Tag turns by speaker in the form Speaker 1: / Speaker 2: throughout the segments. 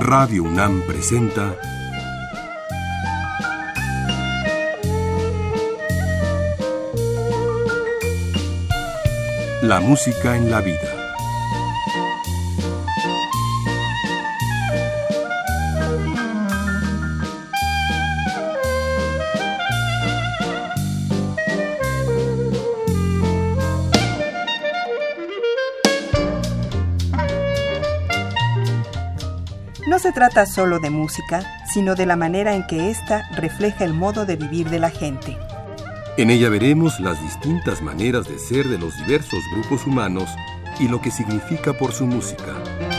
Speaker 1: Radio UNAM presenta La música en la vida.
Speaker 2: No se trata solo de música, sino de la manera en que ésta refleja el modo de vivir de la gente.
Speaker 1: En ella veremos las distintas maneras de ser de los diversos grupos humanos y lo que significa por su música.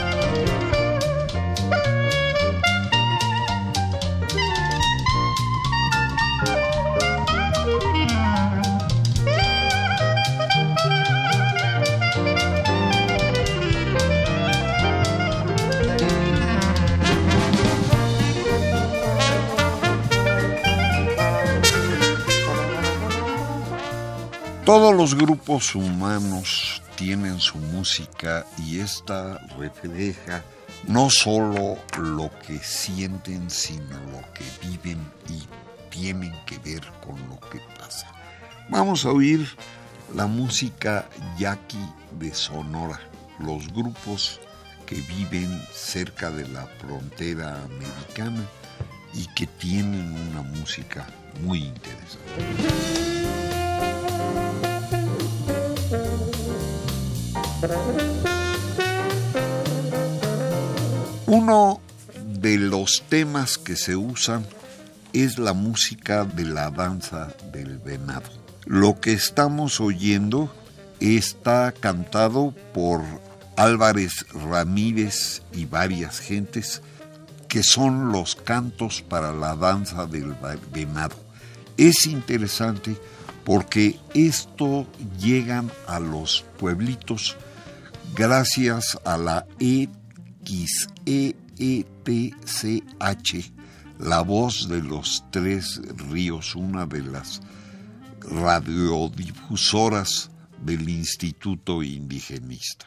Speaker 3: Todos los grupos humanos tienen su música y esta refleja no solo lo que sienten, sino lo que viven y tienen que ver con lo que pasa. Vamos a oír la música yaqui de Sonora, los grupos que viven cerca de la frontera americana y que tienen una música muy interesante. Uno de los temas que se usan es la música de la danza del venado. Lo que estamos oyendo está cantado por Álvarez Ramírez y varias gentes, que son los cantos para la danza del venado. Es interesante porque esto llegan a los pueblitos gracias a la XEETCH, la voz de los Tres Ríos, una de las radiodifusoras del Instituto Indigenista.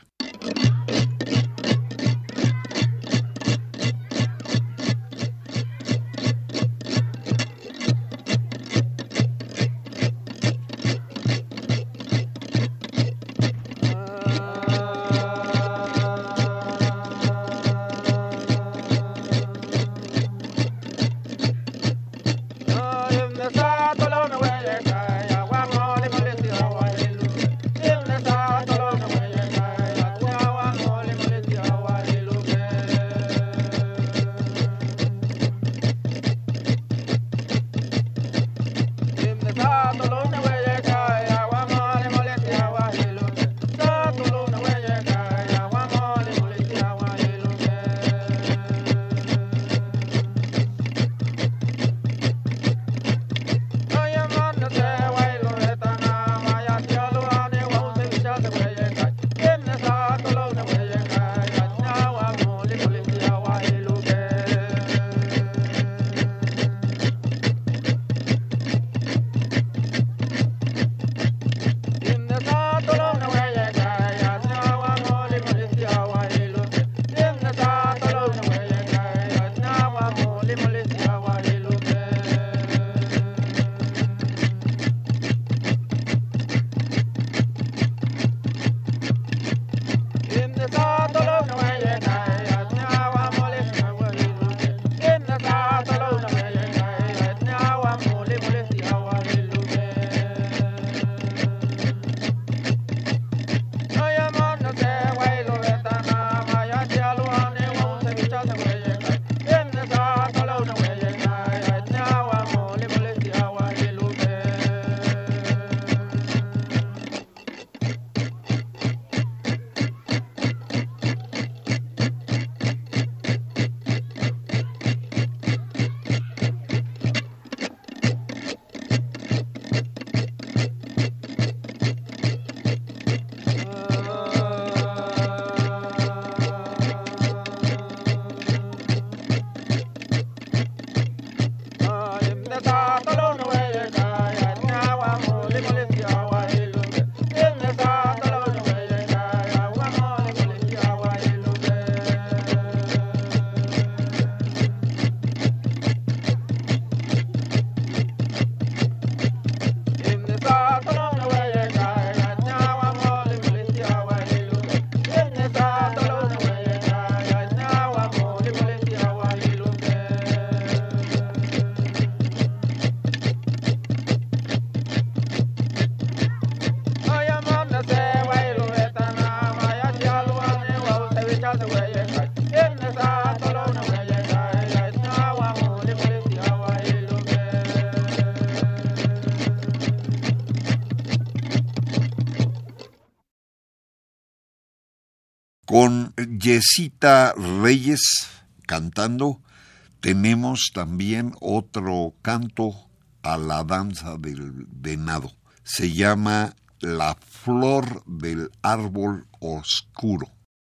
Speaker 3: Con Yesita Reyes cantando, tenemos también otro canto a la danza del venado. Se llama La flor del árbol oscuro.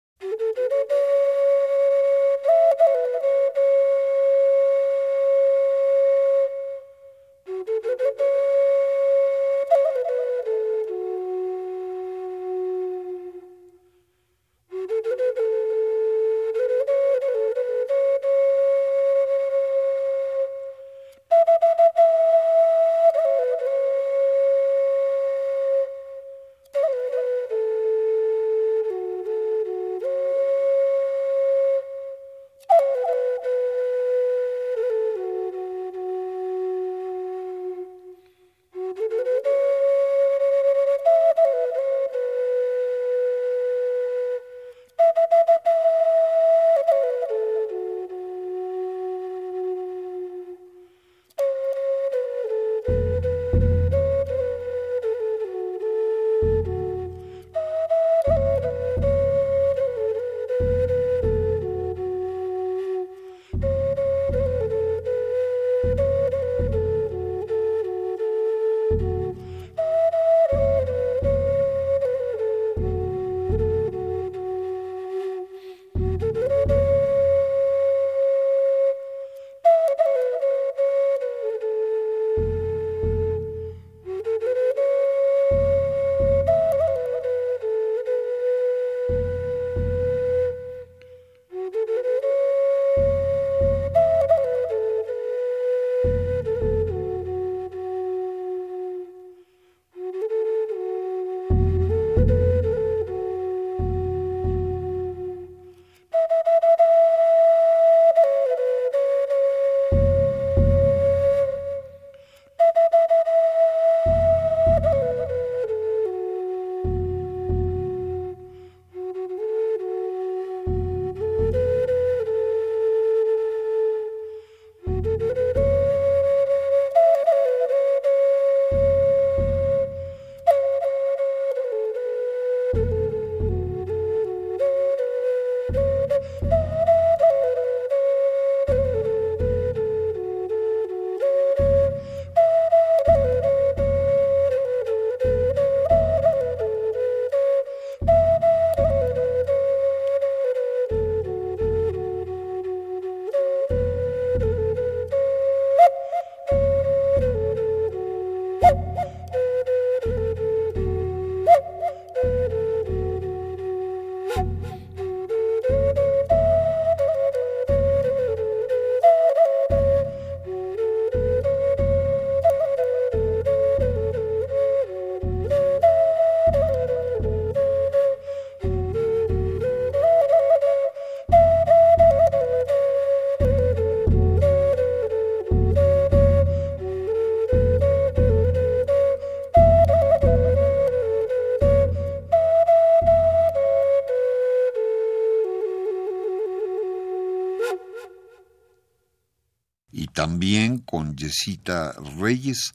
Speaker 3: También con Yesita Reyes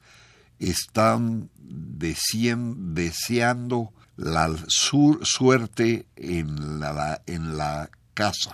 Speaker 3: están deseando la suerte en la casa.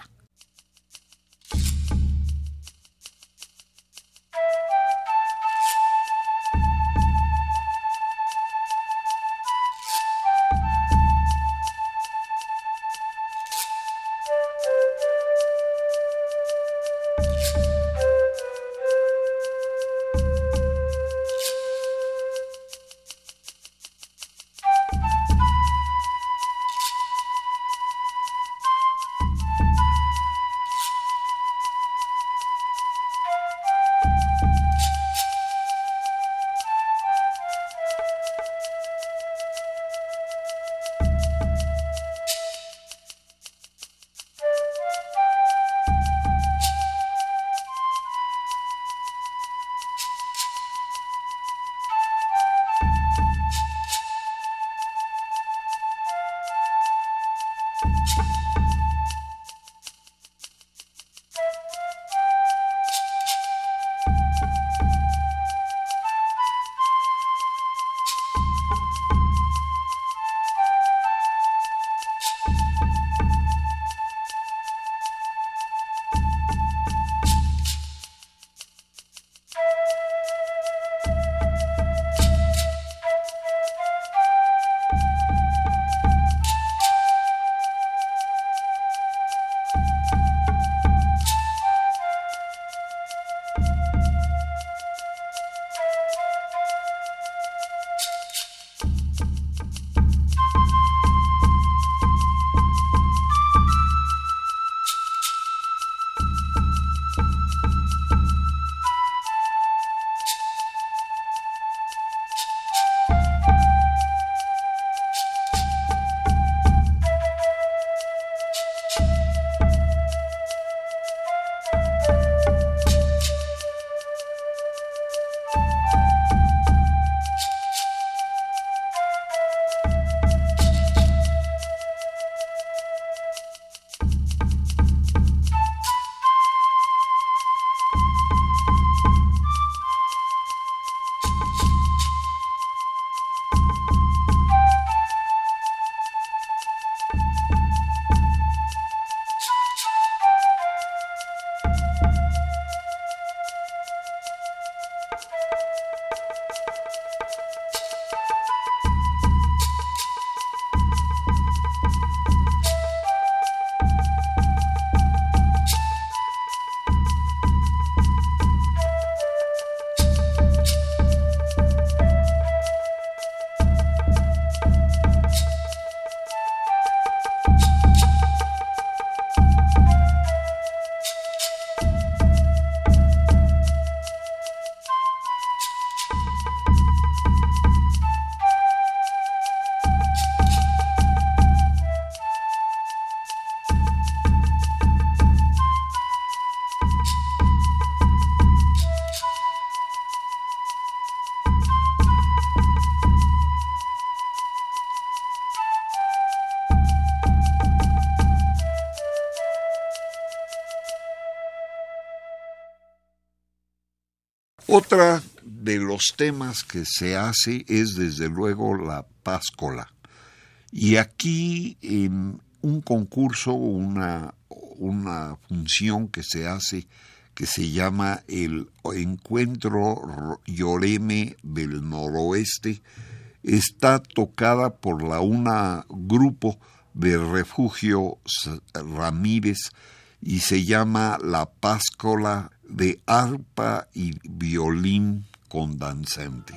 Speaker 3: Otra de los temas que se hace es desde luego la páscola. Y aquí en un concurso, una función que se hace que se llama el Encuentro Lloreme del Noroeste, está tocada por una grupo de Refugio Ramírez y se llama La Páscola de arpa y violín con danzante.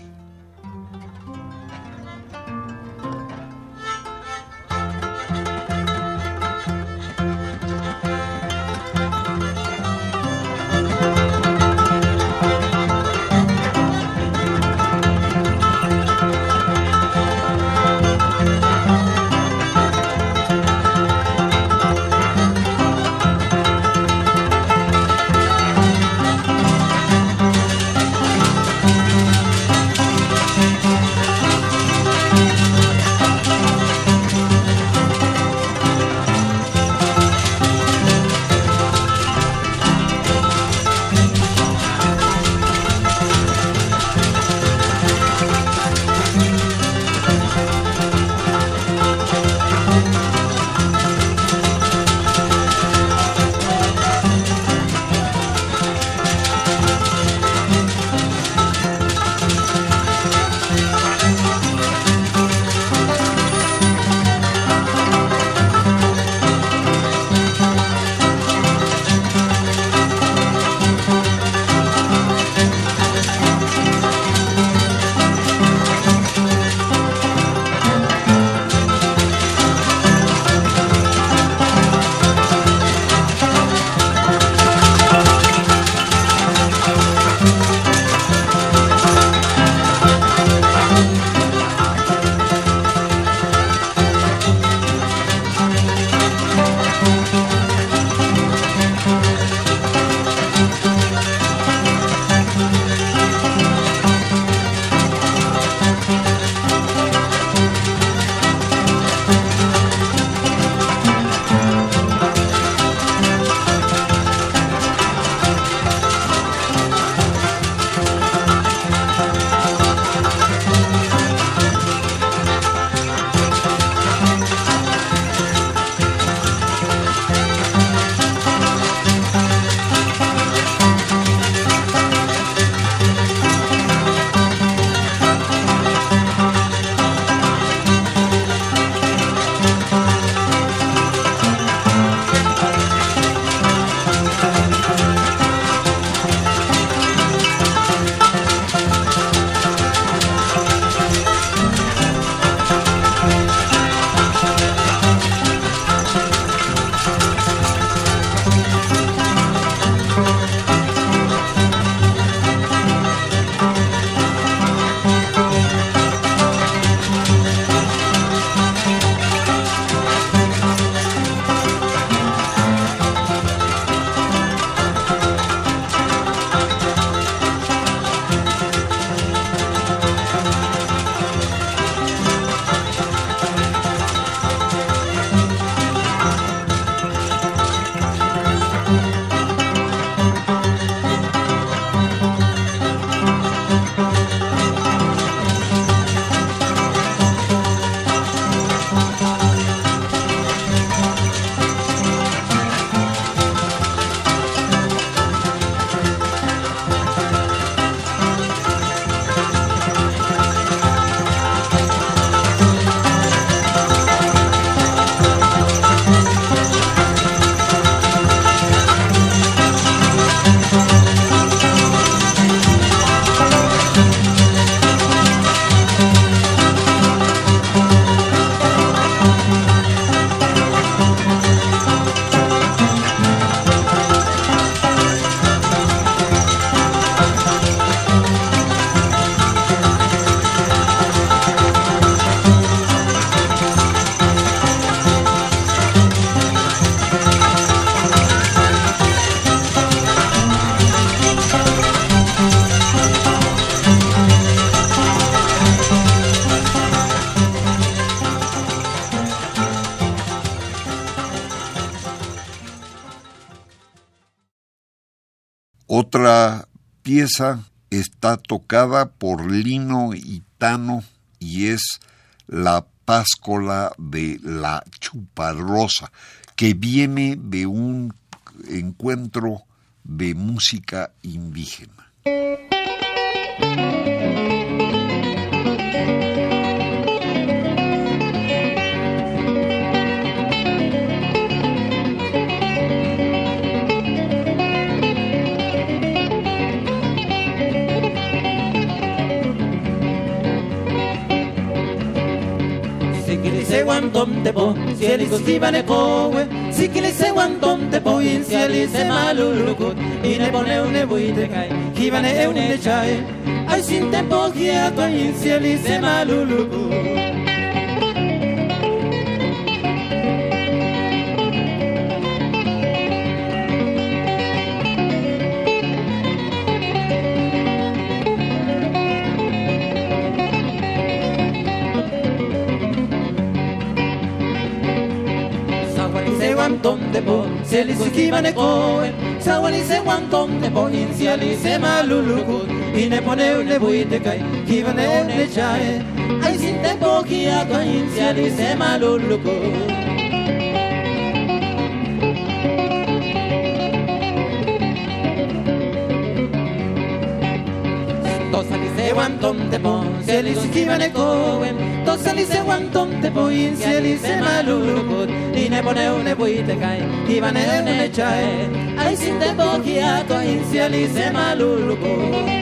Speaker 3: Otra pieza está tocada por Lino y Tano y es la páscola de la Chuparrosa, que viene de un encuentro de música indígena.
Speaker 4: Se guantón te po, si el hijo si va ne cowe, si que le se guantón te po, y si el se malulucut, y ne pone un nebuite cae, que va ne un nechae, ay sin tempo quieto, y si el se malulucut. Se li sukiva ne koe, sawali se wanton te po insiali se maluluku, y ne pone ne buite kai, kiva ne chae, ay sin tempo kia to insiali se maluluku. Tosali se wanton te po, se li sukiva ne koe, tosali se wanton te po insiali se maluluku. Y ne pone un nebuite kai, y va ne chae, ay sin tempo kia to insiali se maluluku.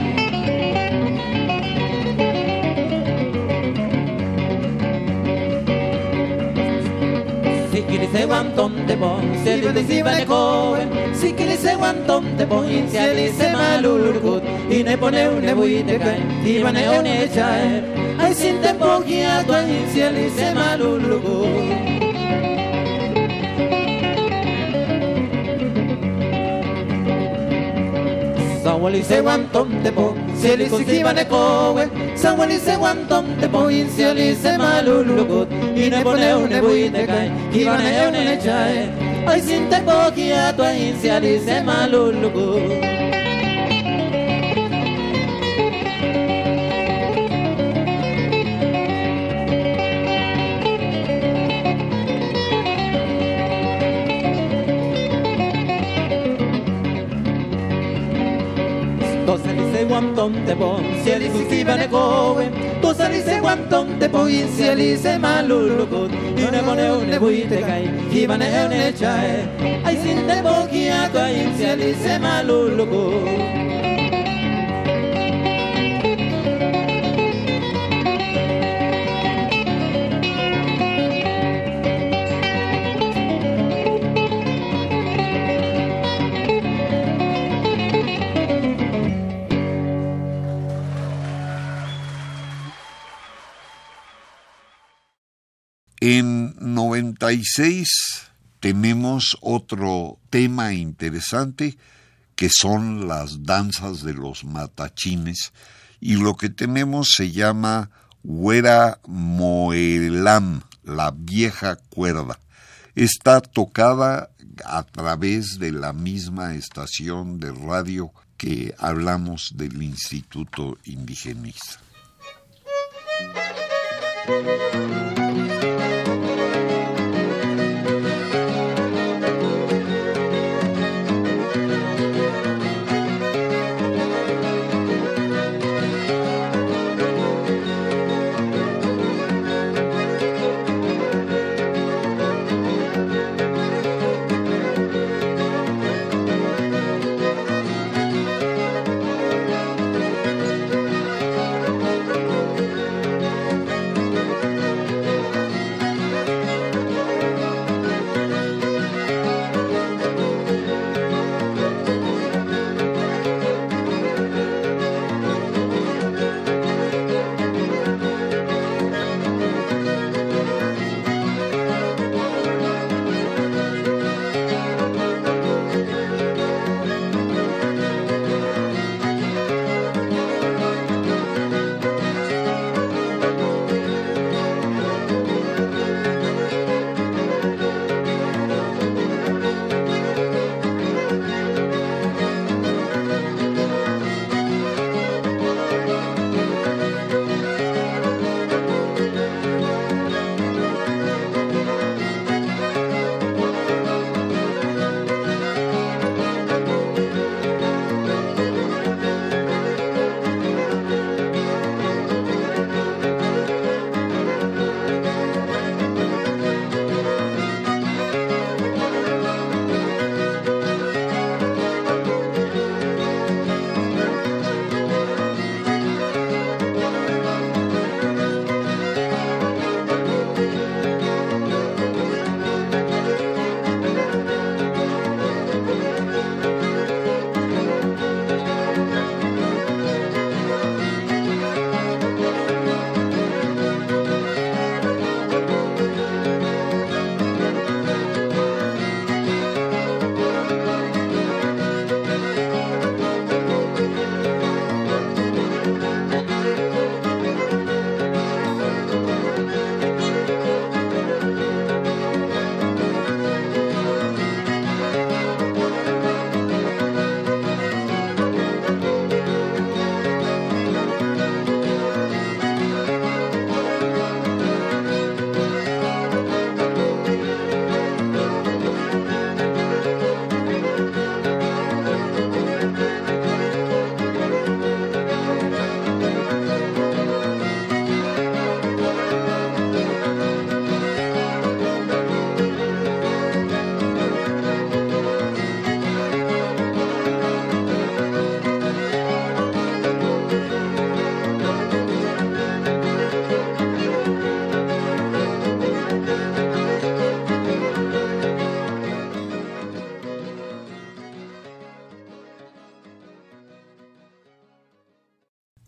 Speaker 4: Si que se guantón te po, se li si va ne koe, si que se guantón te po insiali se maluluku. Y ne pone un nebuite kai, y va ne chae, ay sin tempo kia to insiali se maluluku. Sawali se guantón te po, si el sikiva ne koe, sawali se guantón te po, y si el se malulucut, y ne pone un nebuite kai, y va ne un chae, ay sin tempo kia to, y si el se malulucut. Guantón te po, si el sukiva ne koe, tu sali se guantón te po, y si el se malulucut, y ne pone un nebuite kai, y va ne chae, ay sin tempo kia to, y si el se malulucut.
Speaker 3: En 96 tenemos otro tema interesante que son las danzas de los matachines y lo que tenemos se llama Huera Moelam, la vieja cuerda. Está tocada a través de la misma estación de radio que hablamos del Instituto Indigenista.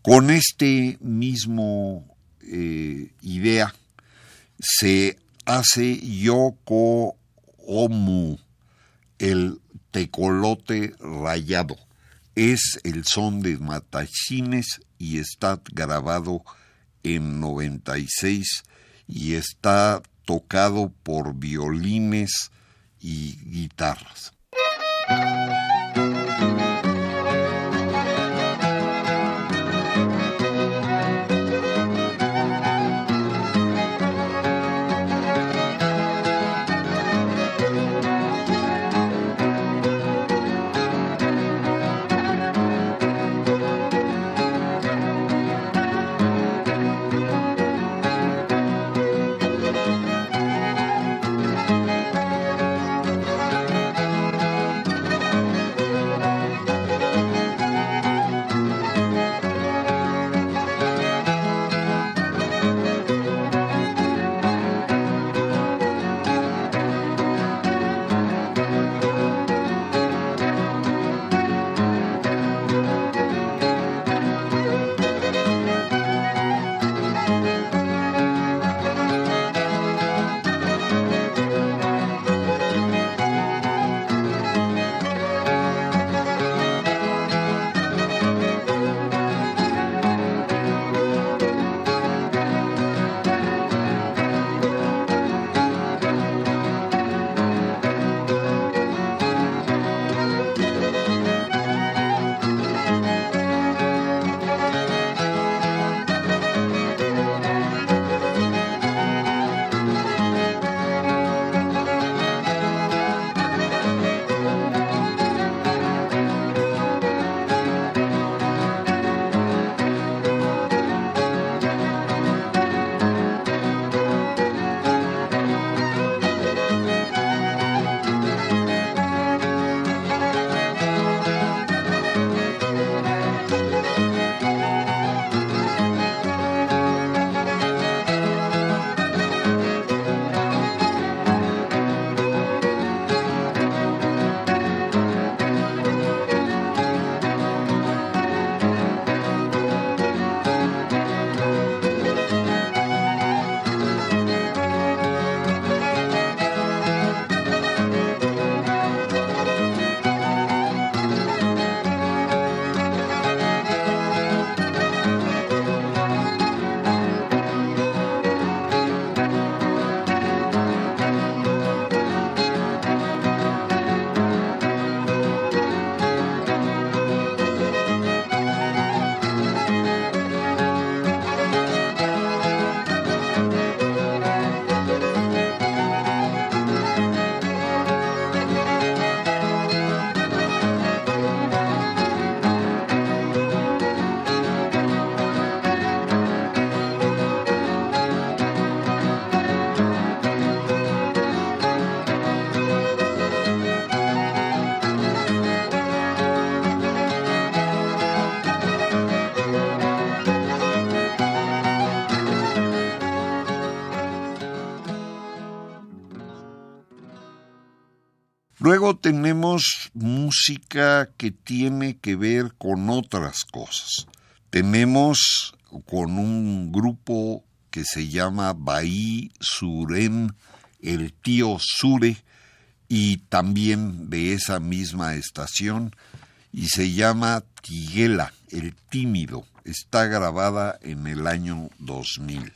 Speaker 3: Con este mismo idea se hace Yoko Omu, el tecolote rayado. Es el son de matachines y está grabado en 96 y está tocado por violines y guitarras. Luego tenemos música que tiene que ver con otras cosas. Tenemos con un grupo que se llama Bahí Surén, el tío Sure, y también de esa misma estación, y se llama Tiguela, el tímido. Está grabada en el año 2000.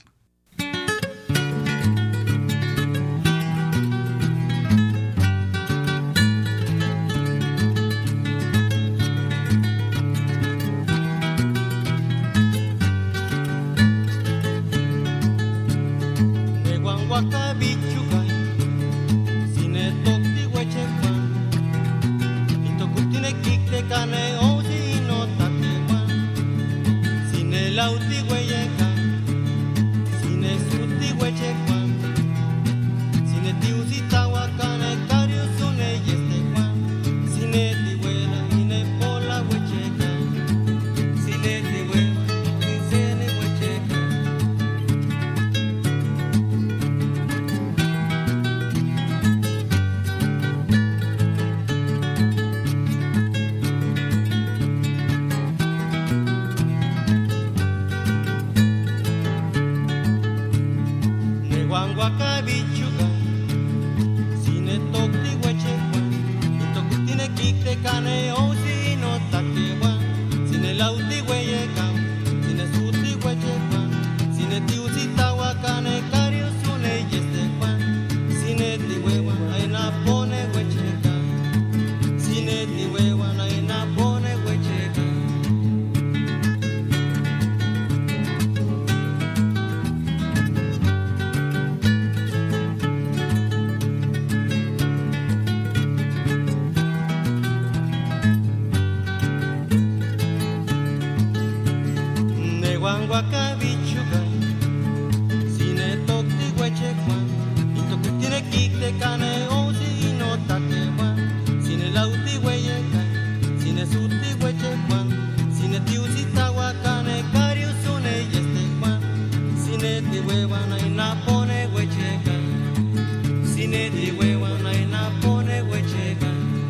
Speaker 4: wewana inapone wecheka sinedi wewana inapone wecheka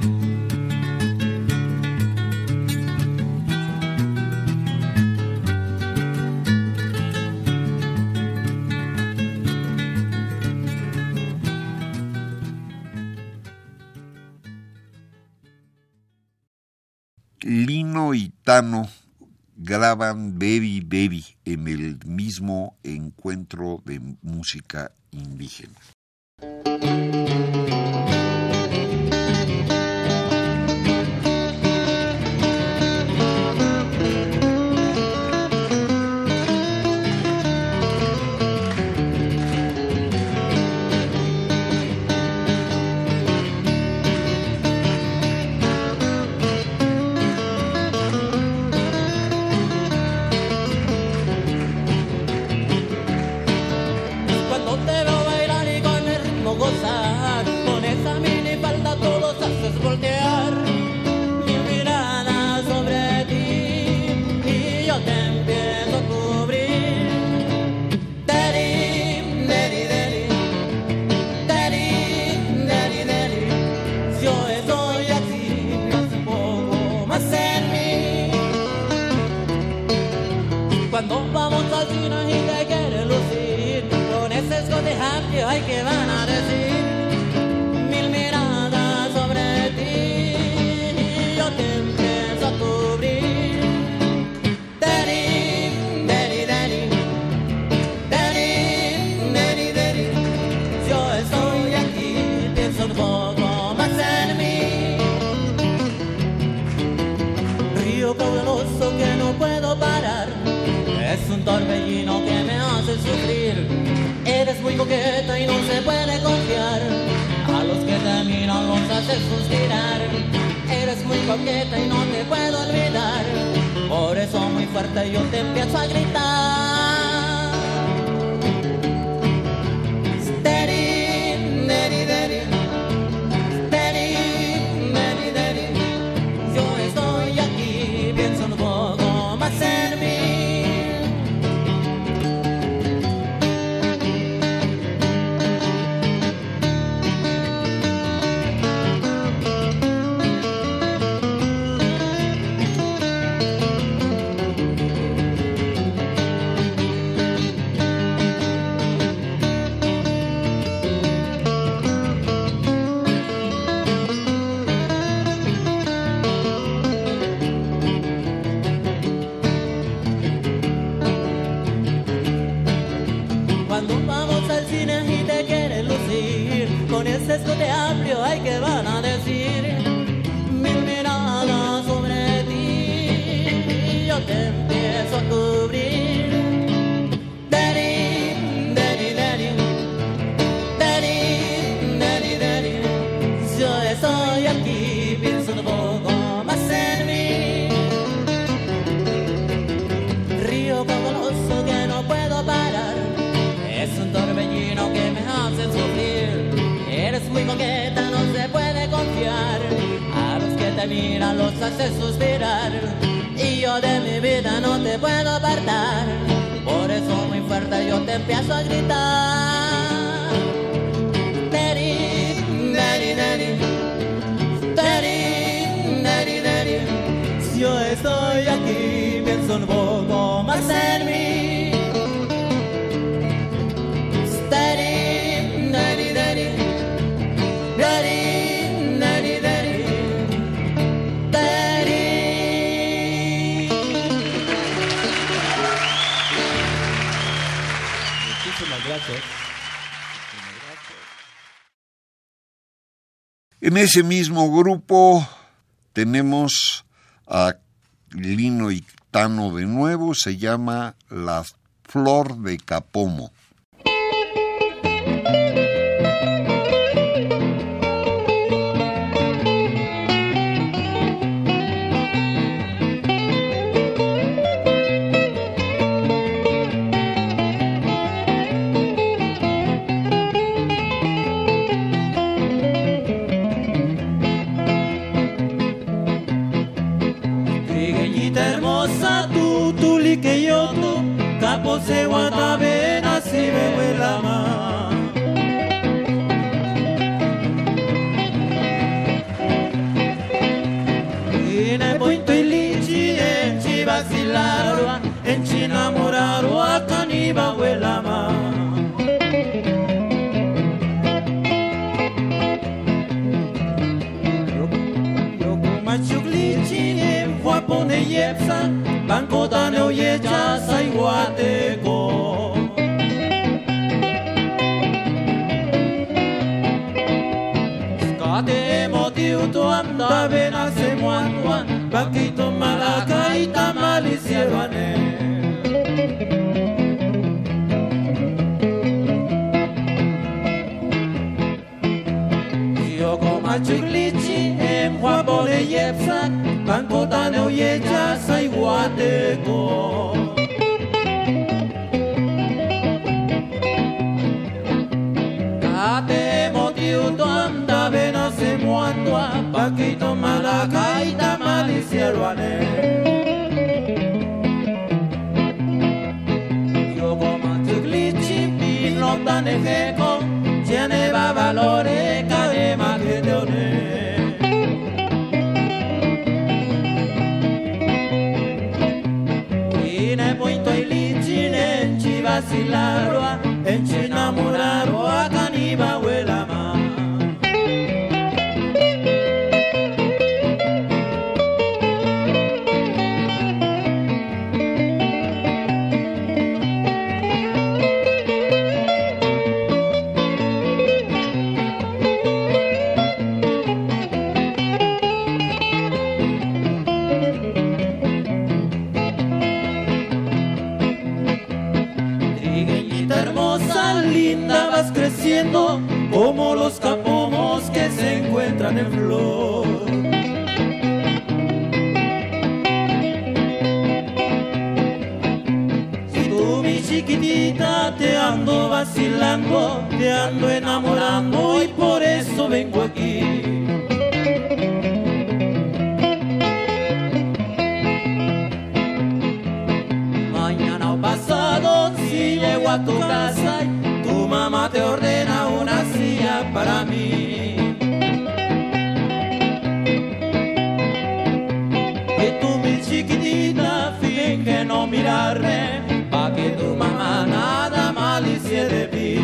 Speaker 3: Lino y Tano graban Baby Baby en el mismo encuentro de música indígena.
Speaker 4: Cuando vamos al cine y te quieres lucir, con ese escote amplio hay que van a decir mil miradas sobre ti y yo te empiezo a cubrir. Daddy, daddy, daddy, daddy, daddy, daddy. Yo estoy aquí, pienso un poco más en mí. Río caudaloso que no puedo parar. Es un torbellino que me hace sufrir. Eres muy coqueta y no se puede confiar. A los que te miran los haces suspirar. Eres muy coqueta y no te puedo olvidar. Por eso muy fuerte yo te empiezo a gritar. Steady, daddy, daddy. Steady, daddy, daddy. Yo estoy aquí, pienso un poco más en mí. Con ese escote amplio hay que van a decir mil miradas sobre ti y yo te empiezo a cubrir. Daddy, daddy, daddy, daddy, daddy, daddy. Yo estoy aquí, pienso un poco más en mí. Río caudaloso que no puedo parar. Es un torbellino que me hace sufrir. Eres muy coqueta, no se puede confiar. A los que te miran los hace suspirar. Y yo de mi vida no te puedo apartar. Por eso muy fuerte yo te empiezo a gritar. Daddy, daddy, daddy. Daddy, daddy, daddy. Si yo estoy aquí, pienso un poco más en mí. Daddy, daddy, daddy. Daddy, daddy, daddy, daddy. Muchísimas gracias.
Speaker 3: En ese mismo grupo tenemos a Lino y Tano de nuevo, se llama La Flor de Capomo.
Speaker 4: Hermosa tú, que yo tú, capo se guatabena si me huela más. Ine punto ilici en ci vacilarwa, en ci enamorarwa caniba huela más. Pone yepsa, banco dane oye jasa iguateko. Skate motiu tu amda vena se muantuan, bakito malaka ita malisieruane. Yo coma chuglici, pone yepsa, banco dane oye jasa iguateko. Kate motiu tu anda vena se muantua, bakito malaka ita malisieruane. Yo como tuglici, pino dane geko, tiene va valore cadema que te one. Vacilarwa, en ci enamorarwa, caniba huela más. Linda vas creciendo como los capomos que se encuentran en flor. Si tú mi chiquitita te ando vacilando, te ando enamorando y por eso vengo aquí. Mañana o pasado si llego a tu casa, tu mamá te ordena una silla para mí. Y tú, mi chiquitita, finge no mirarme, pa' que tu mamá nada malicie de mí.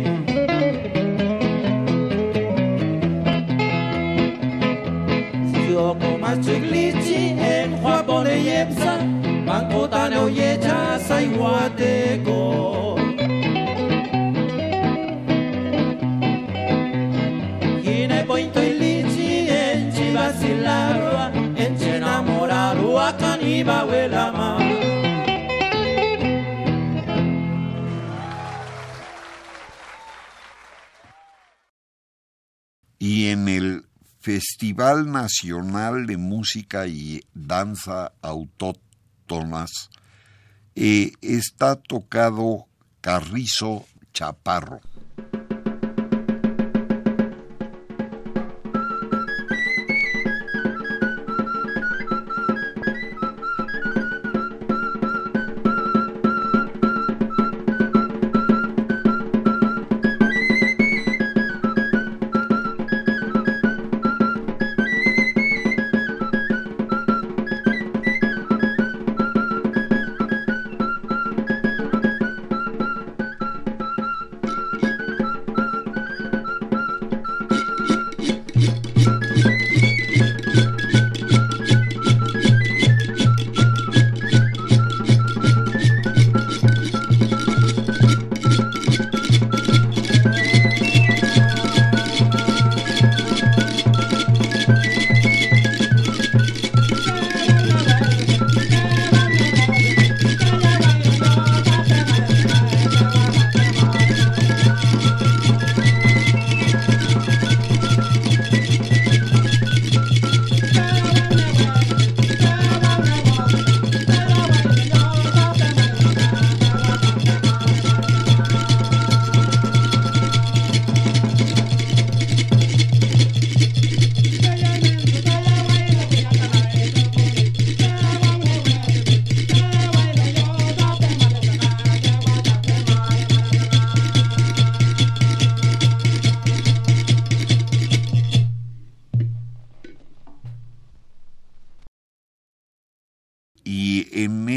Speaker 4: Si yo como chiglici en Juapone yepsa, banco tane oye jasa iguateko. Pointo ilici en ci vacilarwa, en ci enamorarwa, caniba huela más.
Speaker 3: Y en el Festival Nacional de Música y Danza Autóctonas está tocado Carrizo Chaparro.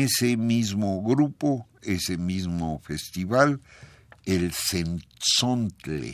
Speaker 3: ese mismo grupo, ese mismo festival, el Centzontle.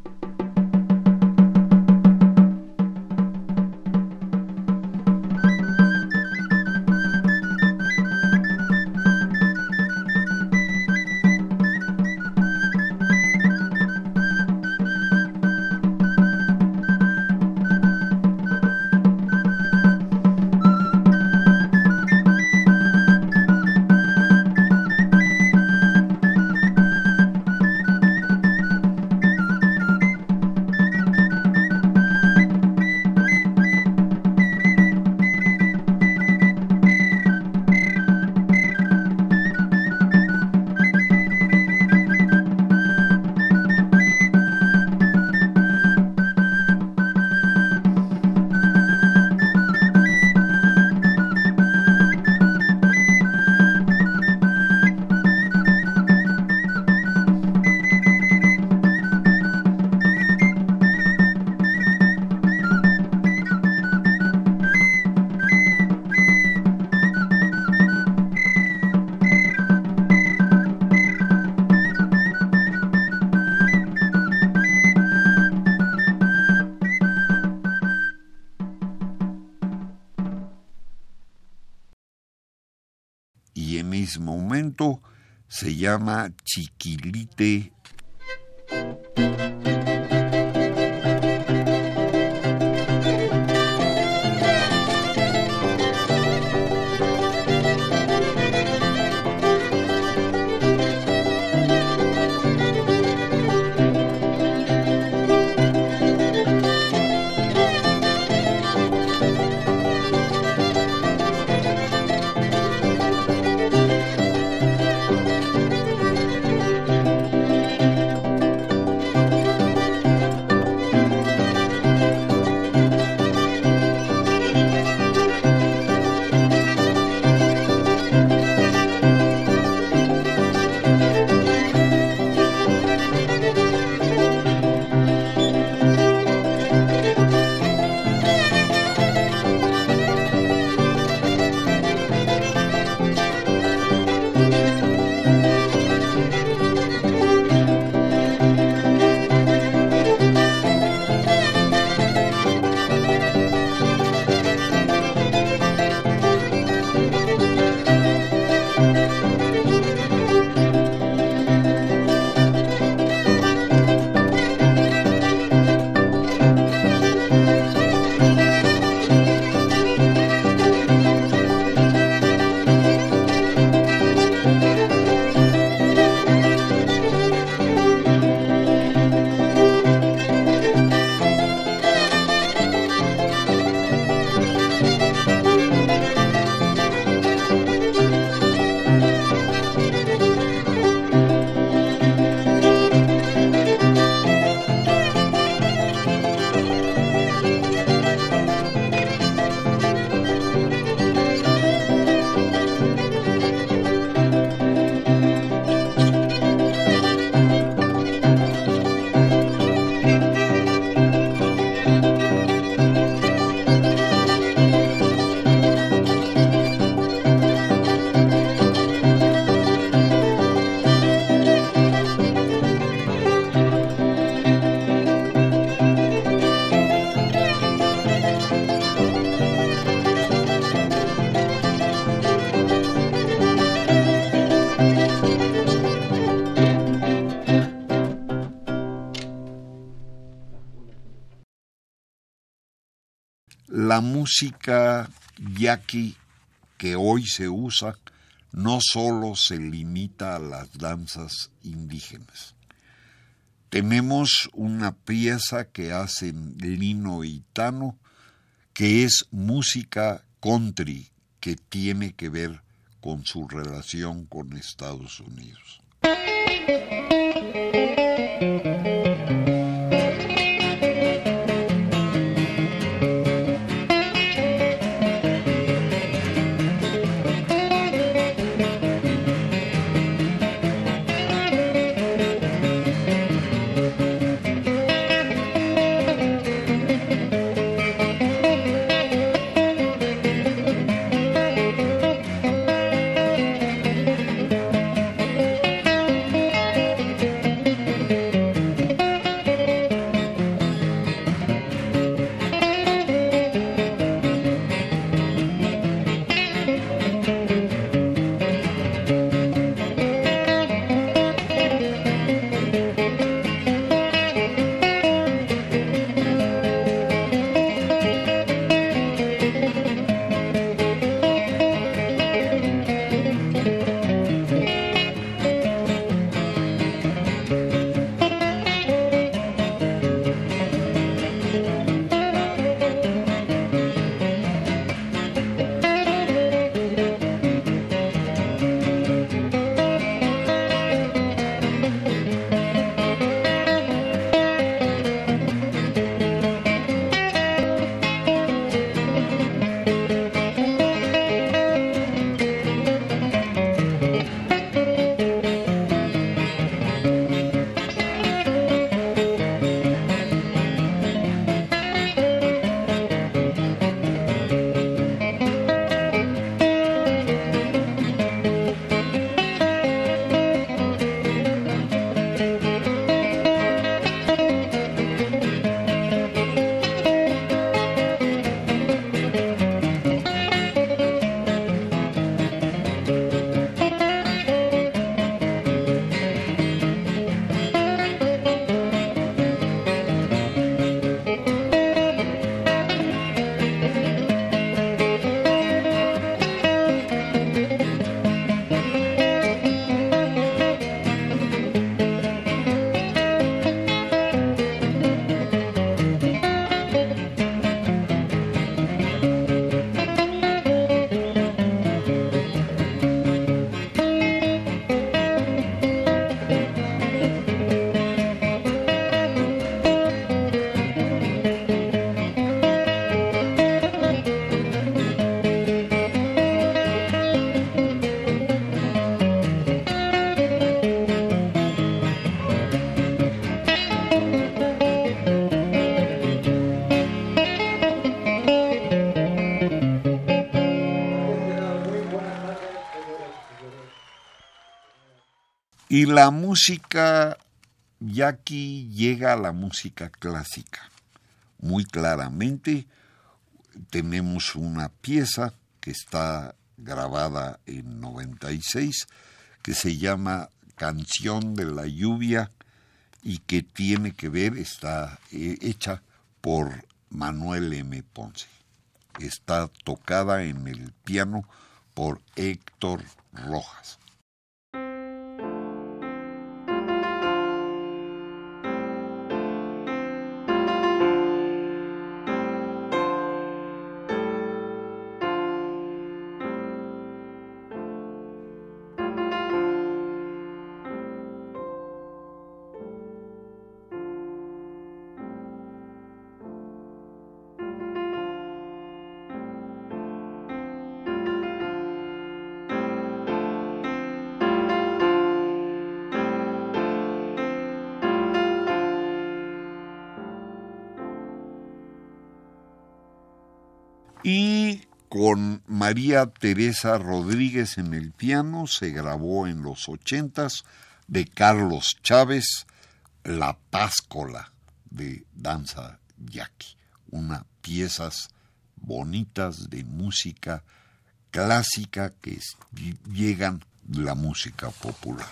Speaker 3: Y en ese momento se llama Chiquilite. La música yaqui que hoy se usa no solo se limita a las danzas indígenas. Tenemos una pieza que hacen Lino y Tano, que es música country, que tiene que ver con su relación con Estados Unidos. Y la música yaqui llega a la música clásica. Muy claramente tenemos una pieza que está grabada en 96 que se llama Canción de la Lluvia y que tiene que ver, está hecha por Manuel M. Ponce. Está tocada en el piano por Héctor Rojas. Y con María Teresa Rodríguez en el piano se grabó en los 80s de Carlos Chávez La Páscola de danza yaqui. Unas piezas bonitas de música clásica que llegan de la música popular.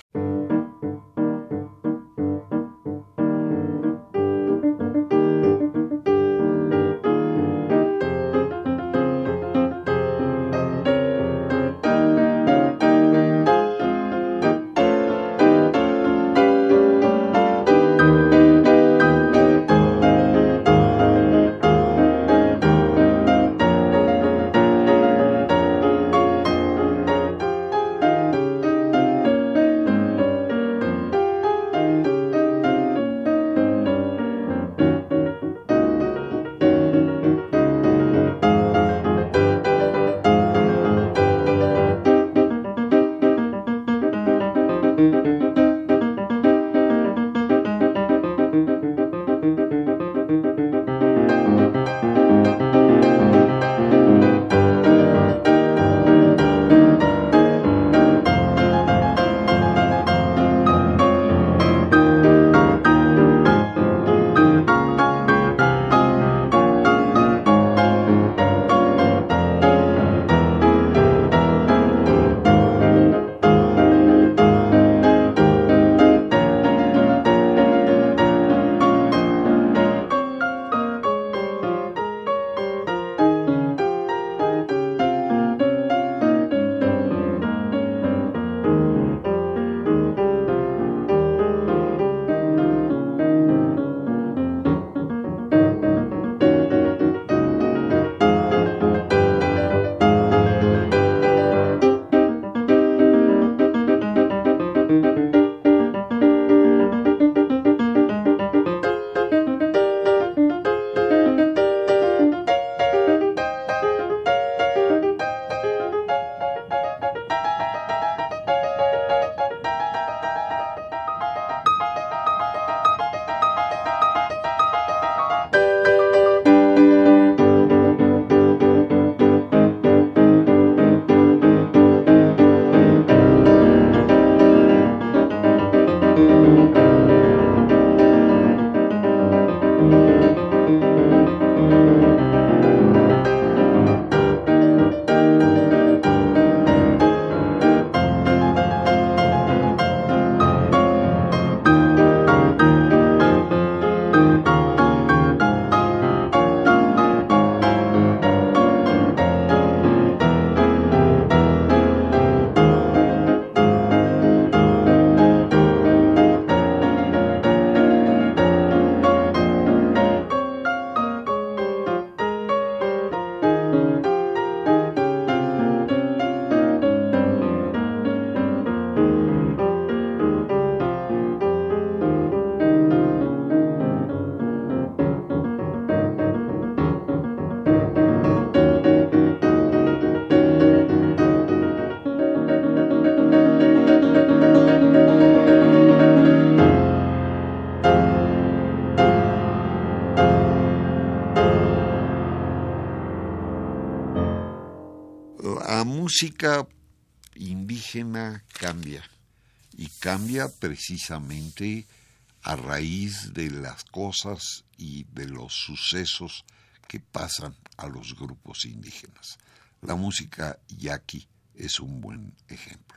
Speaker 3: La música indígena cambia y cambia precisamente a raíz de las cosas y de los sucesos que pasan a los grupos indígenas. La música yaqui es un buen ejemplo.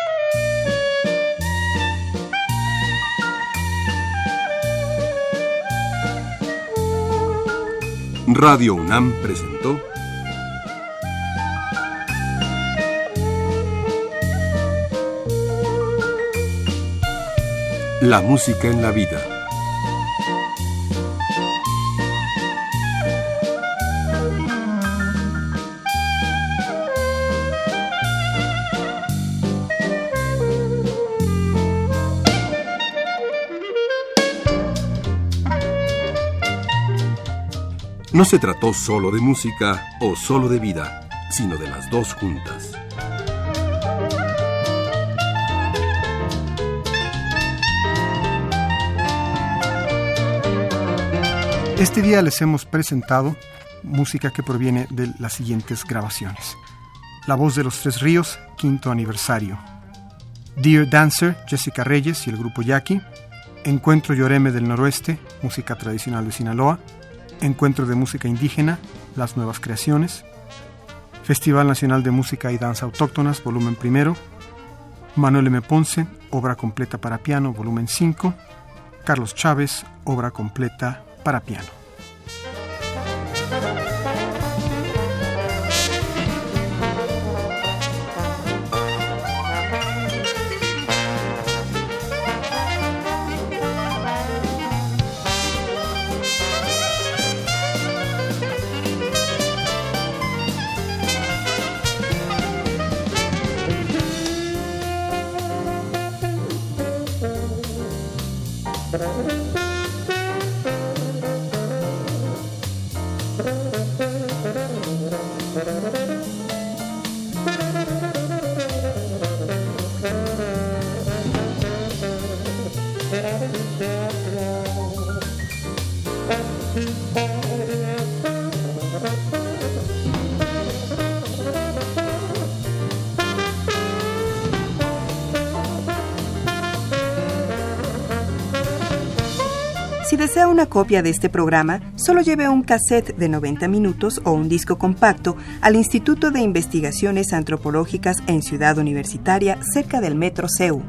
Speaker 1: Radio UNAM presentó La música en la vida. No se trató solo de música o solo de vida, sino de las dos juntas.
Speaker 5: Este día les hemos presentado música que proviene de las siguientes grabaciones: La voz de los Tres Ríos, 5º aniversario; Dear Dancer, Jessica Reyes y el grupo Yaqui; Encuentro Yoreme del Noroeste, música tradicional de Sinaloa; Encuentro de música indígena, Las Nuevas Creaciones; Festival Nacional de Música y Danza Autóctonas, volumen 1; Manuel M. Ponce, obra completa para piano, volumen 5; Carlos Chávez, obra completa para piano.
Speaker 2: Si desea una copia de este programa, solo lleve un cassette de 90 minutos o un disco compacto al Instituto de Investigaciones Antropológicas en Ciudad Universitaria, cerca del Metro CEU.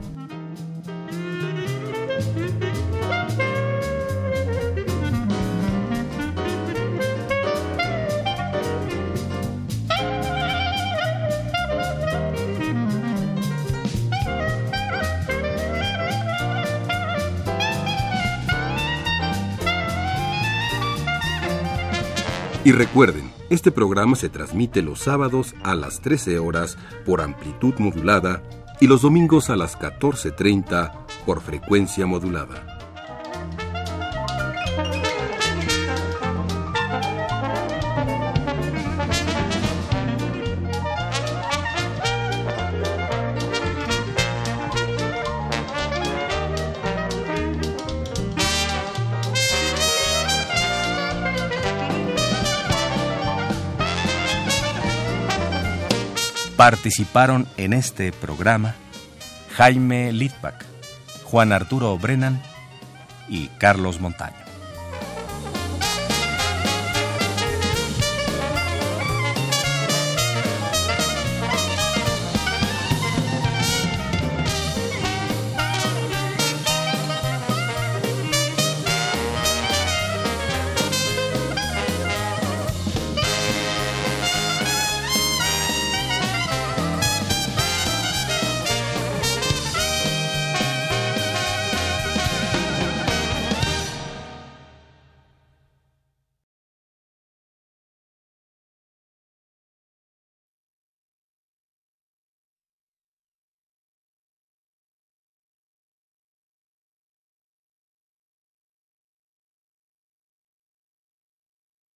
Speaker 1: Y recuerden, este programa se transmite los sábados a las 13 horas por amplitud modulada y los domingos a las 14:30 por frecuencia modulada.
Speaker 6: Participaron en este programa Jaime Litvak, Juan Arturo Brennan y Carlos Montaño.